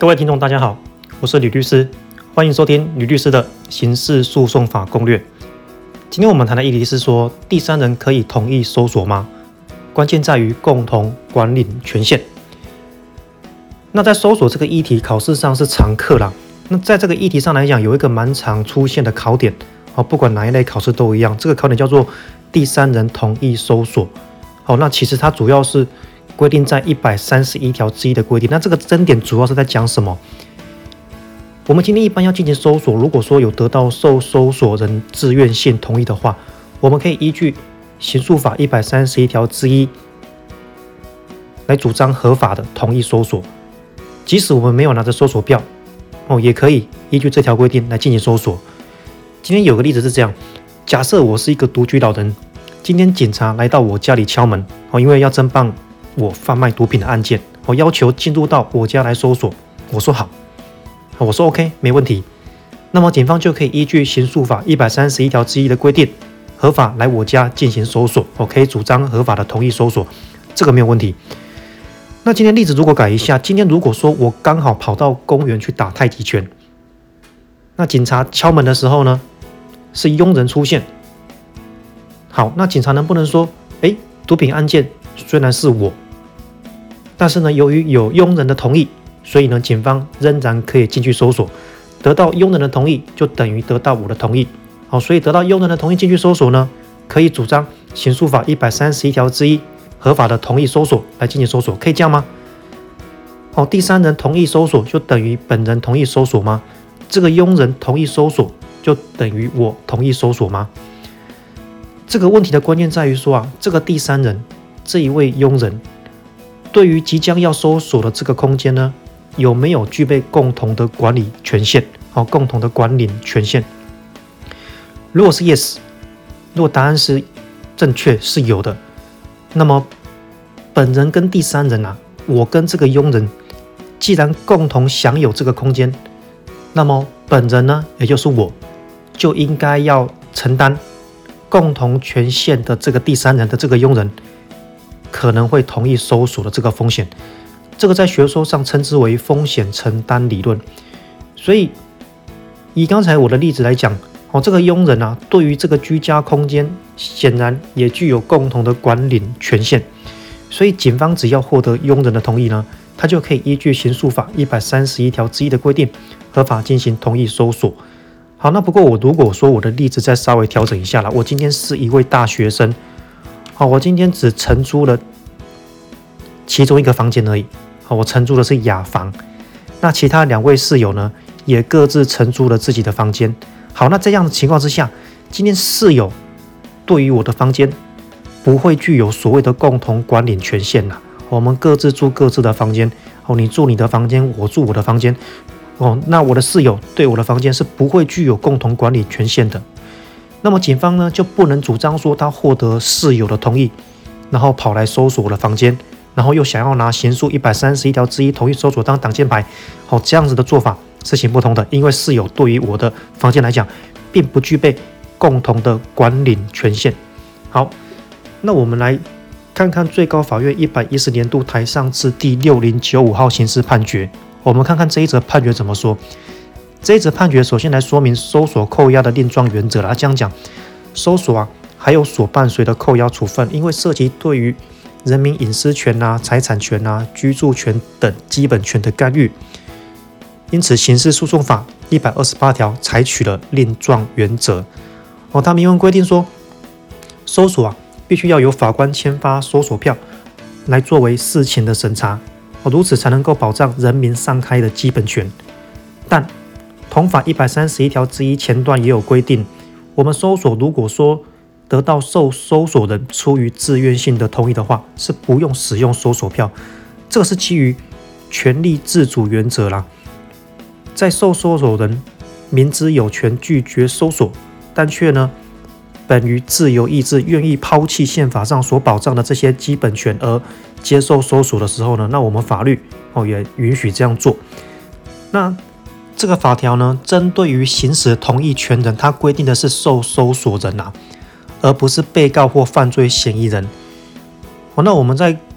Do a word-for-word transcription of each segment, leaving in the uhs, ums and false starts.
各位听众大家好，我是吕律师，欢迎收听吕律师的刑事诉讼法攻略。今天我们谈的议题是说，第三人可以同意搜索吗？关键在于共同管理权限。那在搜索这个议题，考试上是常课啦。那在这个议题上来讲，有一个蛮常出现的考点，不管哪一类考试都一样。这个考点叫做第三人同意搜索。好，那其实它主要是规定在一百三十一条之一的规定。那这个争点主要是在讲什么？我们今天一般要进行搜索，如果说有得到受搜索人自愿性同意的话，我们可以依据刑诉法一百三十一条之一来主张合法的同意搜索。即使我们没有拿着搜索票，哦，也可以依据这条规定来进行搜索。今天有个例子是这样：假设我是一个独居老人，今天警察来到我家里敲门，哦，因为要侦办我贩卖毒品的案件，我要求进入到我家来搜索。我说好，我说 OK， 没问题。那么警方就可以依据刑诉法一百三十一条之一的规定，合法来我家进行搜索，我可以主张合法的同意搜索，这个没有问题。那今天例子如果改一下，今天如果说我刚好跑到公园去打太极拳，那警察敲门的时候呢，是佣人出现。好，那警察能不能说，哎，毒品案件虽然是我，但是呢，由于有佣人的同意，所以呢，警方仍然可以进去搜索。得到佣人的同意，就等于得到我的同意。好，所以得到佣人的同意进去搜索呢，可以主张刑诉法一百三十一条之一合法的同意搜索来进行搜索，可以这样吗？好，第三人同意搜索就等于本人同意搜索吗？这个佣人同意搜索就等于我同意搜索吗？这个问题的关键在于说啊，这个第三人这一位佣人对于即将要搜索的这个空间呢，有没有具备共同的管理权限？好，共同的管理权限。如果是 yes， 如果答案是正确，是有的，那么本人跟第三人啊，我跟这个佣人既然共同享有这个空间，那么本人呢，也就是我，就应该要承担共同权限的这个第三人的这个佣人可能会同意搜索的这个风险。这个在学说上称之为风险承担理论。所以以刚才我的例子来讲，哦，这个佣人啊，对于这个居家空间显然也具有共同的管理权限。所以警方只要获得佣人的同意呢，他就可以依据刑诉法一百三十一条之一的规定，合法进行同意搜索。好，那不过我如果说我的例子再稍微调整一下了，我今天是一位大学生，好，我今天只承租了其中一个房间而已，好，我承租的是雅房，那其他两位室友呢，也各自承租了自己的房间。好，那这样的情况之下，今天室友对于我的房间不会具有所谓的共同管理权限啦，我们各自住各自的房间，哦，你住你的房间，我住我的房间。哦，那我的室友对我的房间是不会具有共同管理权限的。那么警方呢，就不能主张说他获得室友的同意，然后跑来搜索我的房间，然后又想要拿刑诉一百三十一条之一同意搜索当挡箭牌。好，这样子的做法是行不通的，因为室友对于我的房间来讲，并不具备共同的管理权限。好，那我们来看看最高法院一百一十年度台上字第六零九五号刑事判决。我们看看这一则判决怎么说。这一则判决首先来说明搜索扣押的另状原则啦。这样讲，搜索啊，还有所伴随的扣押处分，因为涉及对于人民隐私权啊、财产权啊、居住权等基本权的干预，因此刑事诉讼法一百二十八条采取了另状原则。哦，它明文规定说，搜索啊，必须要由法官签发搜索票来作为事前的审查。如此才能够保障人民上开的基本权。但同法一百三十一条之一前段也有规定，我们搜索如果说得到受搜索人出于自愿性的同意的话，是不用使用搜索票。这个是基于权利自主原则啦。在受搜索人明知有权拒绝搜索，但却呢本于自由意志愿意抛弃宪法上所保障的这些基本权而接受搜索的时候呢，那我们法律、哦、也允许这样做。那这个法条呢，针对于行使同意权人，它规定的是受搜索人啊，而不是被告或犯罪嫌疑人。哦，那我们再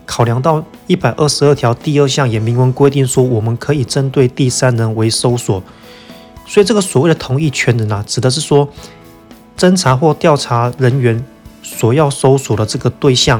考量到一百二十二条第二项也明文规定说，我们可以针对第三人为搜索，所以这个所谓的同意权人啊，指的是说侦查或调查人员所要搜索的这个对象，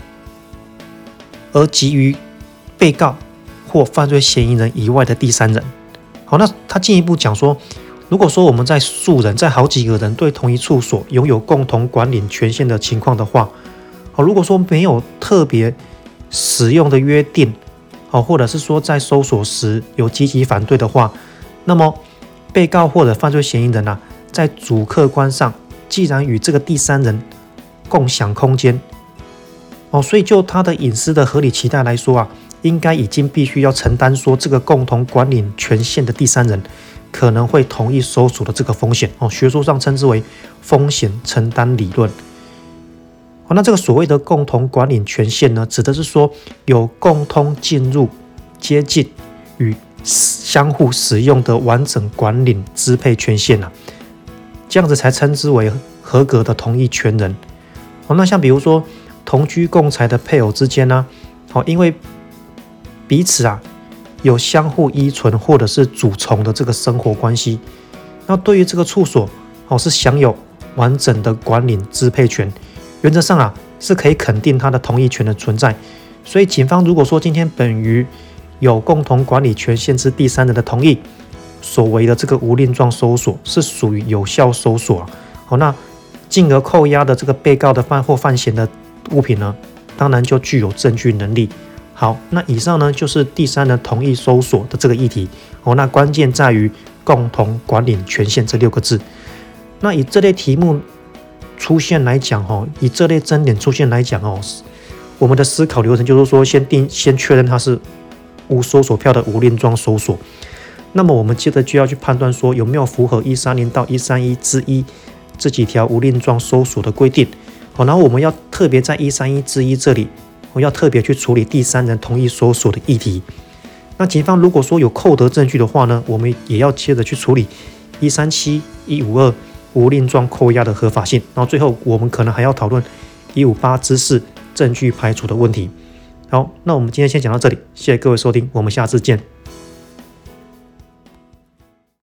而给予被告或犯罪嫌疑人以外的第三人。好，那他进一步讲说，如果说我们在数人，在好几个人对同一处所拥有共同管理权限的情况的话，好，如果说没有特别使用的约定，好，或者是说在搜索时有积极反对的话，那么被告或者犯罪嫌疑人啊，在主客观上既然与这个第三人共享空间，哦，所以就他的隐私的合理期待来说啊，应该已经必须要承担说这个共同管理权限的第三人可能会同意搜索的这个风险，哦，学术上称之为风险承担理论。哦，那这个所谓的共同管理权限呢，指的是说有共同进入、接近与相互使用的完整管理支配权限啊，这样子才称之为合格的同意权人。哦，那像比如说同居共财的配偶之间呢，哦，因为彼此啊有相互依存或者是主从的这个生活关系，那对于这个处所哦是享有完整的管理支配权，原则上啊是可以肯定他的同意权的存在。所以警方如果说今天本于有共同管理权限之第三人的同意所为的这个无令状搜索是属于有效搜索啊，好，那进而扣押的这个被告的犯或犯嫌的物品呢，当然就具有证据能力。好，那以上呢就是第三人同意搜索的这个议题。哦，那关键在于共同管理权限这六个字。那以这类题目出现来讲，哦，以这类争点出现来讲，哦，我们的思考流程就是说，先定先确认它是无搜索票的无令状搜索。那么我们接着就要去判断说有没有符合一三零到一三一之一这几条无令状搜索的规定。好，然后我们要特别在一三一之一这里，我要特别去处理第三人同意搜索的议题。那警方如果说有扣得证据的话呢，我们也要接着去处理一三七、一五二无令状扣押的合法性。然后最后我们可能还要讨论一五八之四证据排除的问题。好，那我们今天先讲到这里，谢谢各位收听，我们下次见。